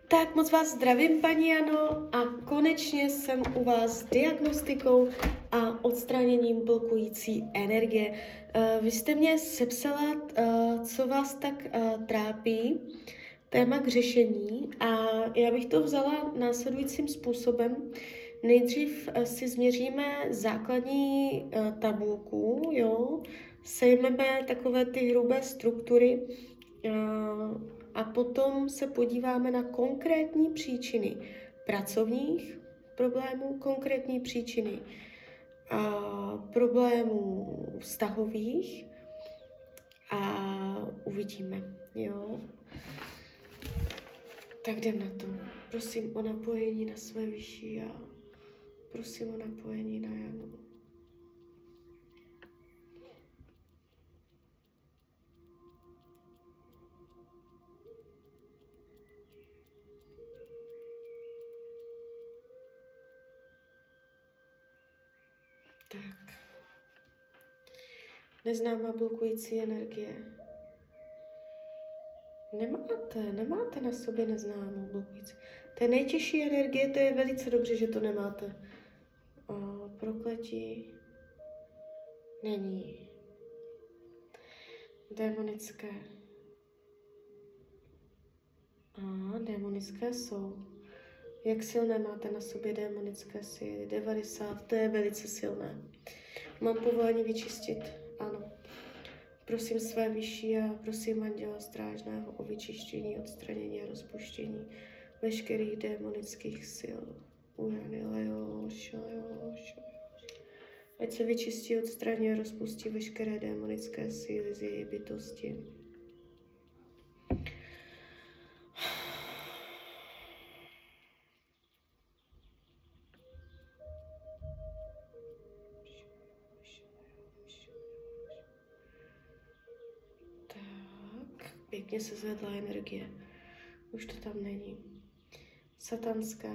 Tak moc vás zdravím, paní Jano, a konečně jsem u vás s diagnostikou a odstraněním blokující energie. Vy jste mě sepsala, co vás tak trápí, téma k řešení, a já bych to vzala následujícím způsobem. Nejdřív si změříme základní tabulku, jo? Sejmeme takové ty hrubé struktury, a potom se podíváme na konkrétní příčiny pracovních problémů, konkrétní příčiny problémů vztahových a uvidíme, jo. Tak jdem na to. Prosím o napojení na své vyšší a prosím o napojení na Janu. Tak. Neznámá blokující energie. Nemáte na sobě neznámou blokující. To je nejtěžší energie, to je velice dobře, že to nemáte. Prokletí není. Démonické. Démonické jsou. Jak silné máte na sobě démonické síly? 90, to je velice silné. Mám povolení vyčistit, ano. Prosím své vyšší a prosím anděla strážného o vyčištění, odstranění a rozpuštění veškerých démonických sil. Ať se vyčistí, odstraní a rozpustí veškeré démonické síly z její bytosti. Pěkně se zvedla energie. Už to tam není. Satanské.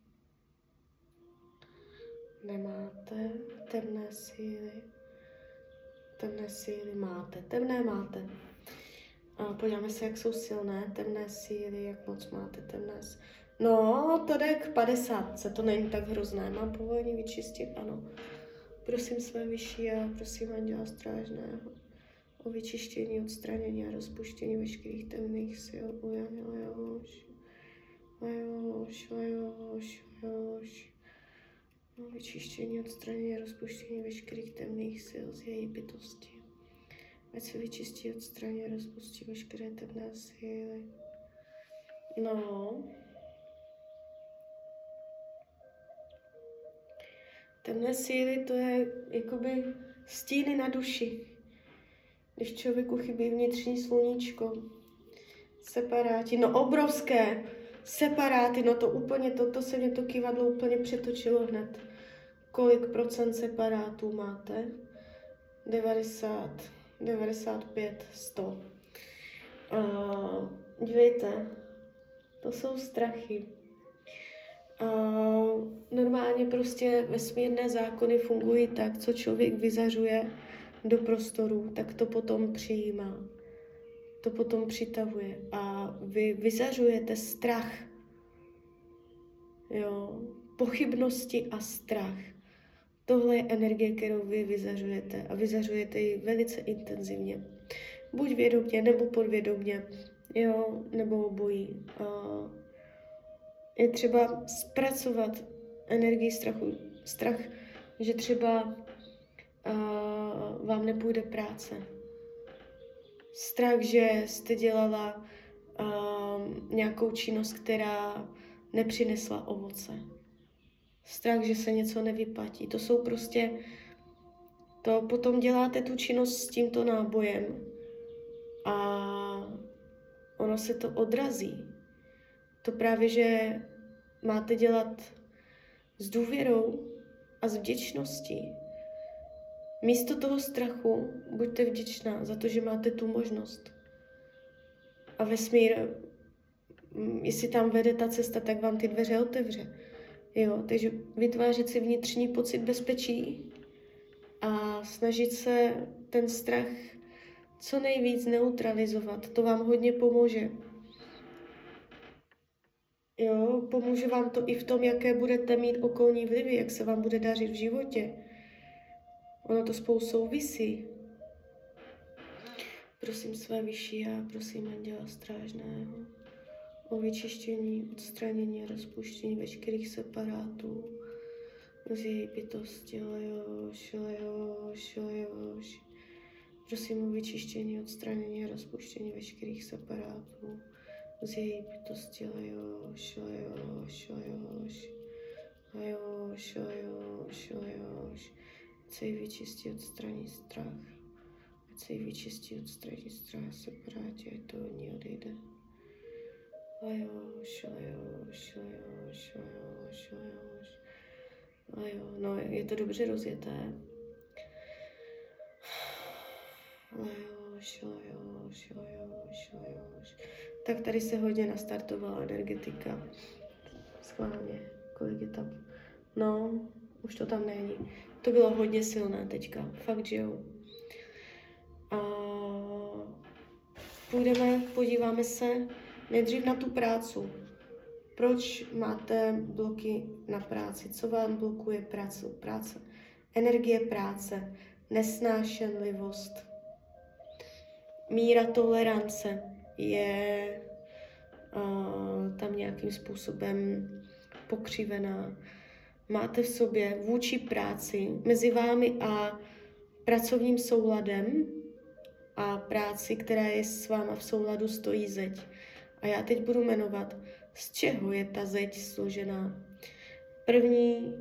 Nemáte. Temné síly. Temné síly máte. Temné máte. Podíváme se, jak jsou silné. Temné síly, jak moc máte temné. No, to jde k 50. To není tak hrozné. Mám povolení vyčistit, ano. Prosím své vyšší a prosím anděla strážného o vyčištění, odstranění a rozpuštění veškerých temných sil. O vyčištění, odstranění a rozpuštění veškerých temných sil z její bytosti. Ať se vyčistí, odstraní a rozpustí veškeré temné síly. No. Temné síly, to je jakoby stíny na duši. Když člověku chybí vnitřní sluníčko, separáti, no obrovské separáty, no to úplně, to se mě to kývadlo úplně přetočilo hned. Kolik procent separátů máte? 90, 95, 100. Dívejte, to jsou strachy. Normálně prostě vesmírné zákony fungují tak, co člověk vyzařuje do prostoru, tak to potom přijímá. To potom přitahuje. A vy vyzařujete strach. Jo? Pochybnosti a strach. Tohle je energie, kterou vy vyzařujete. A vyzařujete ji velice intenzivně. Buď vědomě, nebo podvědomě. Jo? Nebo obojí. Je třeba zpracovat energii strachu. Strach, že třeba vám nepůjde práce. Strach, že jste dělala nějakou činnost, která nepřinesla ovoce. Strach, že se něco nevyplatí. To jsou prostě, to potom děláte tu činnost s tímto nábojem a ono se to odrazí. To právě, že máte dělat s důvěrou a s vděčností. Místo toho strachu buďte vděčná za to, že máte tu možnost. A vesmír, jestli tam vede ta cesta, tak vám ty dveře otevře. Jo, takže vytvářet si vnitřní pocit bezpečí a snažit se ten strach co nejvíc neutralizovat. To vám hodně pomůže. Jo, pomůže vám to i v tom, jaké budete mít okolní vlivy, jak se vám bude dařit v životě. Ono to spolu souvisí. Prosím své vyšší já, prosím Anděla Strážného o vyčištění, odstranění a rozpuštění veškerých separátů z její bytosti, Lajoš. Prosím o vyčištění, odstranění a rozpuštění veškerých separátů z její bytosti, Lajoš. Ať se jí vyčistí, odstraní strach. Ať se jí vyčistí, odstraní strach, separátě, ať to od ní odejde. Lajoš. No, je to dobře rozjeté. Lajoš. Tak tady se hodně nastartovala energetika. Schválně, kolik je tam? No, už to tam není. To bylo hodně silné teďka, fakt, že jo. Podíváme se nejdřív na tu práci. Proč máte bloky na práci? Co vám blokuje práce? Energie práce, nesnášenlivost, míra tolerance je tam nějakým způsobem pokřivená. Máte v sobě vůči práci, mezi vámi a pracovním souladem a práci, která je s váma v souladu, stojí zeď. A já teď budu jmenovat, z čeho je ta zeď složená. První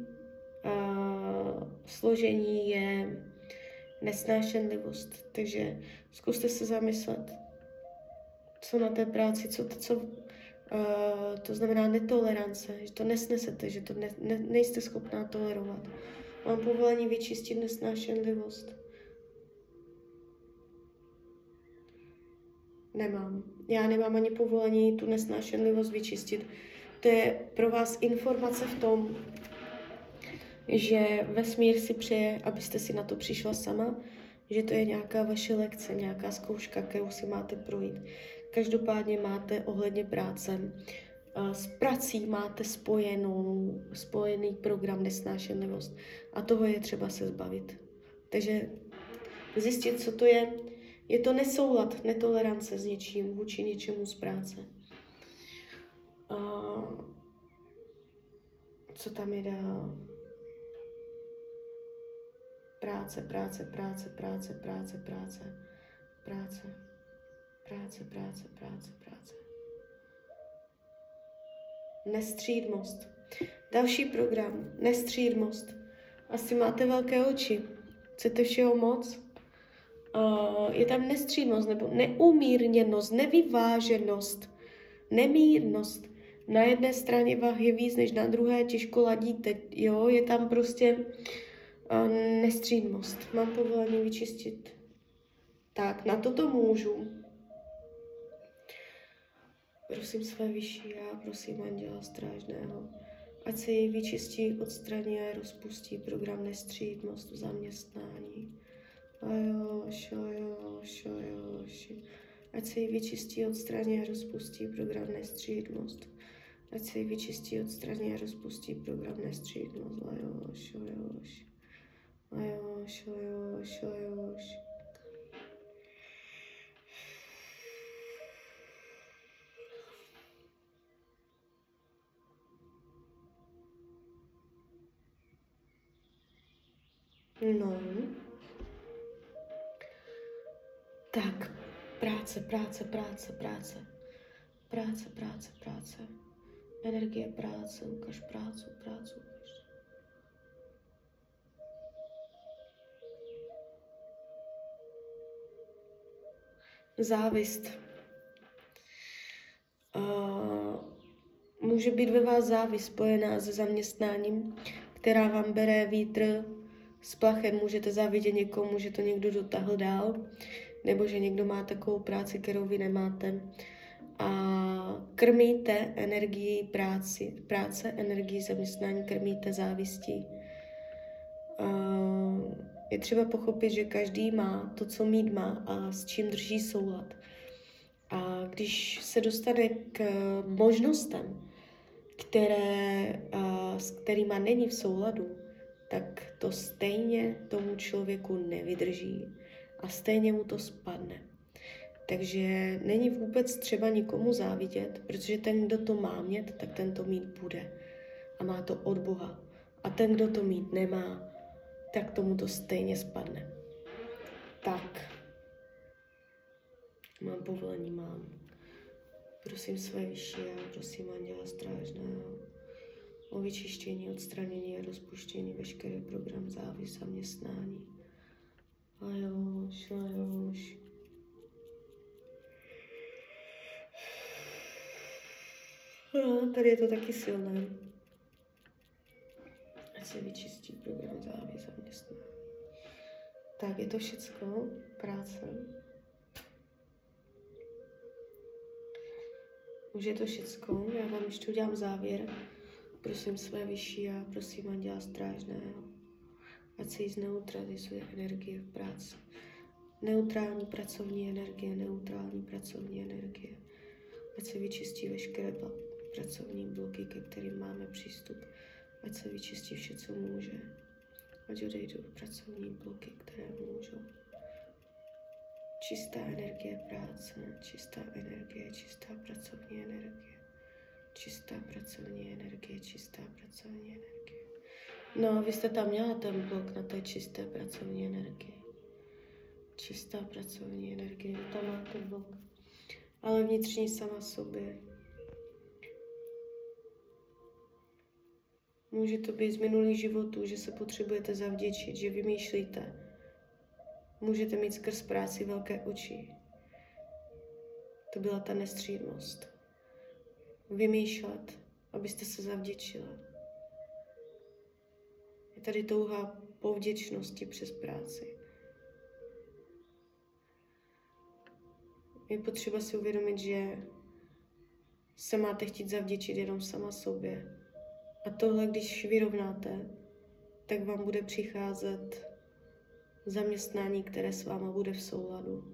složení je nesnášenlivost. Takže zkuste se zamyslet, co na té práci, to znamená netolerance, že to nesnesete, že to nejste schopná tolerovat. Mám povolení vyčistit nesnášenlivost? Nemám. Já nemám ani povolení tu nesnášenlivost vyčistit. To je pro vás informace v tom, že vesmír si přeje, abyste si na to přišla sama, že to je nějaká vaše lekce, nějaká zkouška, kterou si máte projít. Každopádně máte ohledně práce. S prací máte spojený program nesnášenlivost a toho je třeba se zbavit. Takže zjistit, co to je. Je to nesoulad, netolerance s něčím, vůči něčemu z práce. Co tam je dál? Práce. Nestřídmost. Další program. Nestřídmost. Asi máte velké oči. Chcete všeho moc? Je tam nestřídmost nebo neumírněnost, nevyváženost, nemírnost. Na jedné straně vás je víc, než na druhé, těžko ladíte. Jo? Je tam prostě nestřídmost. Mám povolení vyčistit. Tak, na toto můžu. Prosím své vyšší já, prosím Anděla Strážného, ať se jej vyčistí, odstraní a rozpustí program nestřídmost v zaměstnání. Lajoš. Ať se jí vyčistí, odstraní a rozpustí program nestřídmost. Ať se jí vyčistí, odstraní a rozpustí program nestřídmost. Lajoš. No. Tak, práce. Energie práce, ukaž práci. Závist. Může být ve vás závist spojená se zaměstnáním, která vám bere vítr s plachem. Můžete závidět někomu, že to někdo dotáhl dál, nebo že někdo má takovou práci, kterou vy nemáte. A krmíte energii práce, energii zaměstnání, krmíte závistí. Je třeba pochopit, že každý má to, co mít má a s čím drží soulad. A když se dostane k možnostem, s kterýma není v souladu, tak to stejně tomu člověku nevydrží a stejně mu to spadne. Takže není vůbec třeba nikomu závidět, protože ten, kdo to má mít, tak ten to mít bude. A má to od Boha. A ten, kdo to mít nemá, tak tomu to stejně spadne. Tak. Mám povolení, mám. Prosím své vyšší a prosím Anděla Strážného o vyčištění, odstranění a rozpuštění veškerý program závis, zaměstnání. Lajoš. Tady je to taky silné. Ať se vyčistí program závis, zaměstnání. Tak, je to všecko, práce. Už je to všecko, já vám ještě udělám závěr. Prosím své vyšší a prosím Anděla Strážného, ať se jí zneutralizuje energie v práci. Neutrální pracovní energie. Ať se vyčistí veškeré pracovní bloky, ke kterým máme přístup. Ať se vyčistí vše, co může. Ať odejdou pracovní bloky, které můžou. Čistá energie práce, čistá pracovní energie. No, vy jste tam měla ten blok na té čisté pracovní energii. Čistá pracovní energie, vy tam máte blok. Ale vnitřní sama sobě. Může to být z minulých životů, že se potřebujete zavděčit, že vymýšlíte. Můžete mít skrz práci velké oči. To byla ta nestřídmost. Vymýšlet, abyste se zavděčila. Je tady touha po vděčnosti přes práci. Je potřeba si uvědomit, že se máte chtít zavděčit jenom sama sobě. A tohle, když vyrovnáte, tak vám bude přicházet zaměstnání, které s váma bude v souladu.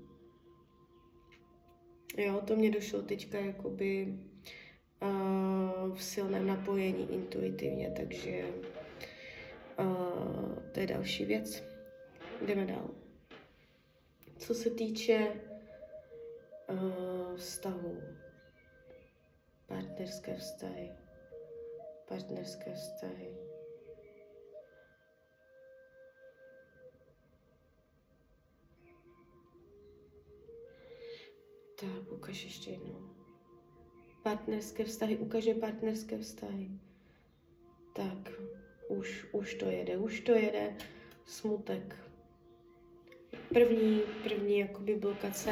Jo, to mě došlo teďka jakoby v silném napojení intuitivně, takže to je další věc. Jdeme dál. Co se týče vztahu, partnerské vztahy. Tak, ukaž ještě jednou. Partnerské vztahy, ukaže partnerské vztahy. Tak, už to jede. Smutek. První jakoby blokace.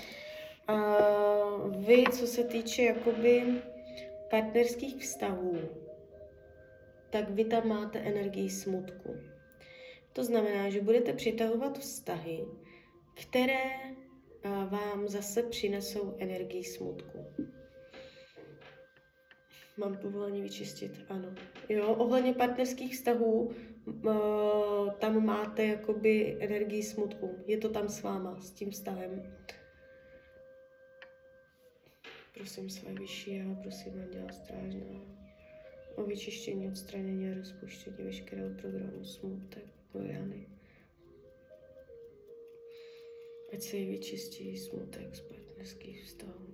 Vy, co se týče jakoby partnerských vztahů, tak vy tam máte energii smutku. To znamená, že budete přitahovat vztahy, které vám zase přinesou energii smutku. Mám povolení vyčistit, ano. Jo, ohledně partnerských vztahů tam máte jakoby energii smutku. Je to tam s váma, s tím vztahem. Prosím své vyšší a prosím Anděla Strážného o vyčištění, odstranění a rozpuštění veškerého programu smutek, bojany. Ať se jí vyčistí smutek z partnerských vztahů.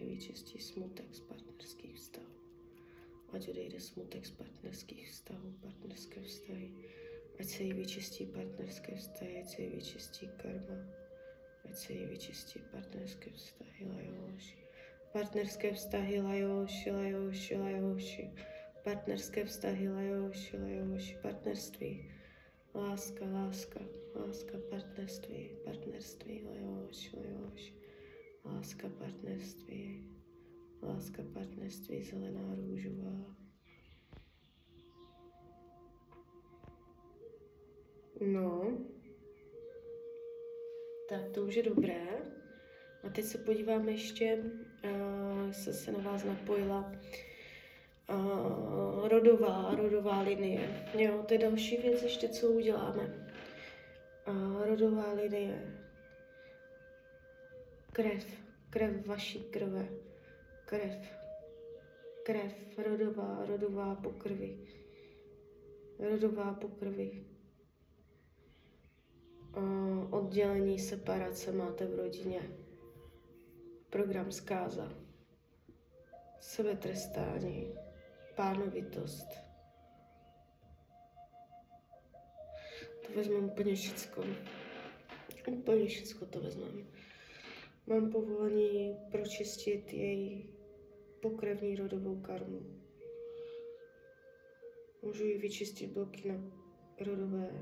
Ať odejde smutek z partnerských vztahů, partnerské vztahy. Ať se jí vyčistí partnerské vztahy, ať se jí vyčistí karma. Ať se jí vyčistí partnerské vztahy, lajoši. Partnerské vztahy, lajoši. Partnerské vztahy, lajoši. Partnerství. Láska, partnerství, lajoši. Láska, partnerství, zelená, růžová. No, tak to už je dobré. A teď se podíváme ještě, se na vás napojila rodová linie. Jo, to je další věc ještě, co uděláme. Rodová linie. Krev vaší krve. krev, rodová po krvi. Rodová po krvi. Oddělení, separace máte v rodině. Program zkáza. Sebetrestání. Pánovitost. To vezmeme úplně všecko. Úplně všecko to vezmeme. Mám povolení pročistit její pokrevní rodovou karmu. Můžu jí vyčistit bloky na rodové.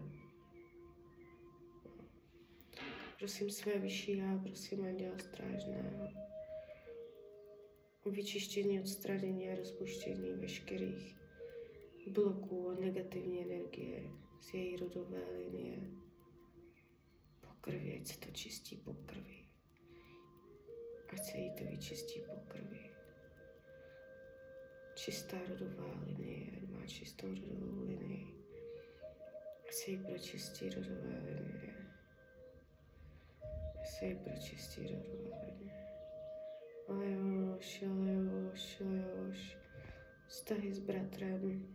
Prosím své vyšší já, prosím anděla strážného o vyčištění, odstranění a rozpuštění veškerých bloků a negativní energie z její rodové linie. Po krvi, ať se to čistí po krvi. Ať se jí to vyčistí po krvi. Čistá rodová linie, má čistou rodovou linii. Ať se jí pročistí rodové linie. Ať se jí pročistí rodové linie. Lajoš, lajoš, lajoš. Vztahy s bratrem.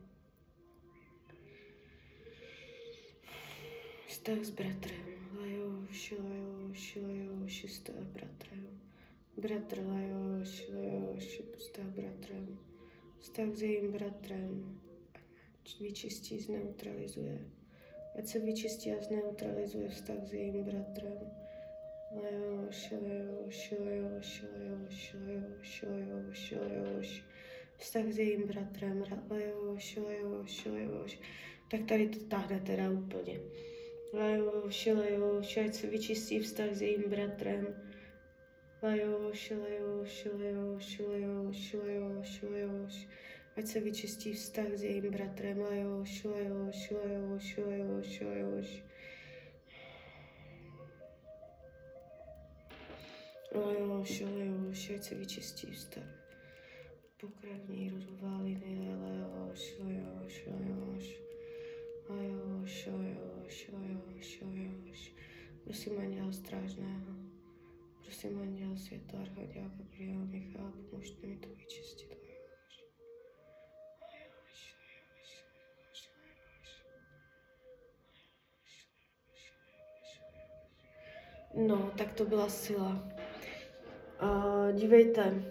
Vztah s bratrem. Lajoš, lajoš, lajoš. Vztah s bratrem. Bratr lajoš, lajoš. Vztah s bratrem. Vztah s jejím bratrem. Vyčistí, zneutralizuje. Ať se vyčistí a zneutralizuje vztah s jejím bratrem. Lajoš, lajoš, lajoš, lajoš, lajoš, lajoš, lajoš. Vztah s jejím bratrem. Lajoš, lajoš, lajoš. Tak tady to táhne teda úplně. Lajoš, lajoš, ať se vyčistí vztah s jejím bratrem. Lajoš, lajoš, lajoš, lajoš, lajoš, lajoš. Ať se vyčistí vztah s jejím bratrem. Lajoš, lajoš, lajoš, lajoš, lajoš. Lajoš, lajoš, ať se vyčistí vztah. Pokrevní rodová linie. Lajoš, lajoš, lajoš. Lajoš, lajoš, lajoš, lajoš. Prosím anděla strážného. Prosím anděla světla, archanděla Gabriela, Michala, pomožte mi to vyčistit. Lajoš. Lajoš, lajoš, lajoš, lajoš. No, tak to byla sila. Dívejte,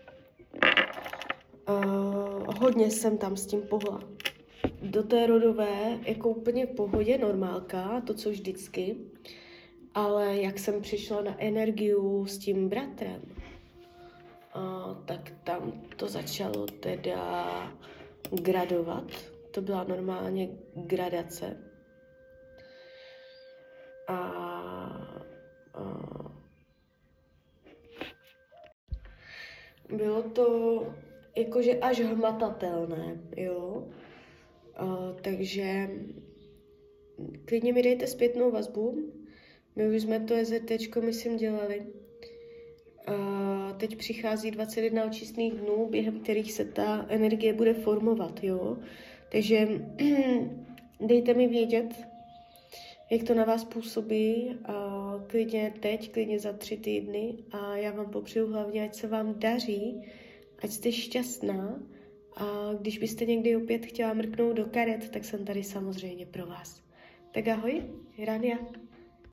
hodně jsem tam s tím pohla. Do té rodové jako úplně v pohodě, normálka, to co vždycky, ale jak jsem přišla na energiu s tím bratrem, tak tam to začalo teda gradovat. To byla normálně gradace. Bylo to jakože až hmatatelné, jo. Takže klidně mi dejte zpětnou vazbu. My už jsme to EZTčko, myslím, dělali. Teď přichází 21 očistných dnů, během kterých se ta energie bude formovat, jo. Takže dejte mi vědět, jak to na vás působí, klidně teď, klidně za 3 týdny a já vám popřeju hlavně, ať se vám daří, ať jste šťastná a když byste někdy opět chtěla mrknout do karet, tak jsem tady samozřejmě pro vás. Tak ahoj, Rania.